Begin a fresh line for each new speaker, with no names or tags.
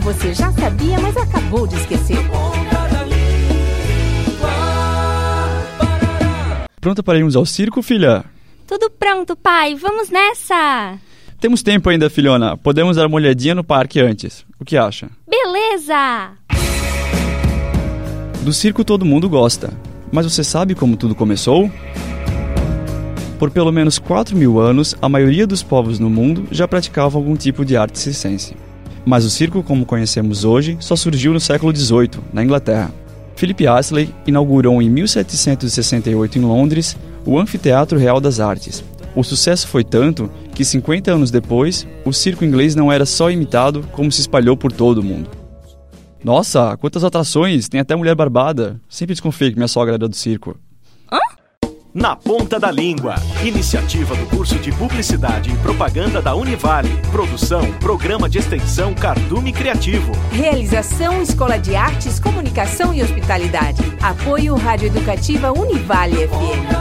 você já sabia, mas acabou de esquecer.
Pronta para irmos ao circo, filha?
Tudo pronto, pai. Vamos nessa!
Temos tempo ainda, filhona. Podemos dar uma olhadinha no parque antes. O que acha?
Beleza!
Do circo todo mundo gosta. Mas você sabe como tudo começou? Por pelo menos 4.000 anos, a maioria dos povos no mundo já praticava algum tipo de arte circense. Mas o circo como conhecemos hoje só surgiu no século XVIII, na Inglaterra. Philip Astley inaugurou em 1768 em Londres o Anfiteatro Real das Artes. O sucesso foi tanto que 50 anos depois, o circo inglês não era só imitado, como se espalhou por todo o mundo. Nossa, quantas atrações! Tem até mulher barbada. Sempre desconfiei que minha sogra era do circo.
Na Ponta da Língua, iniciativa do curso de Publicidade e Propaganda da Univale. Produção, Programa de Extensão Cardume Criativo.
Realização Escola de Artes, Comunicação e Hospitalidade. Apoio Rádio Educativa Univale FM.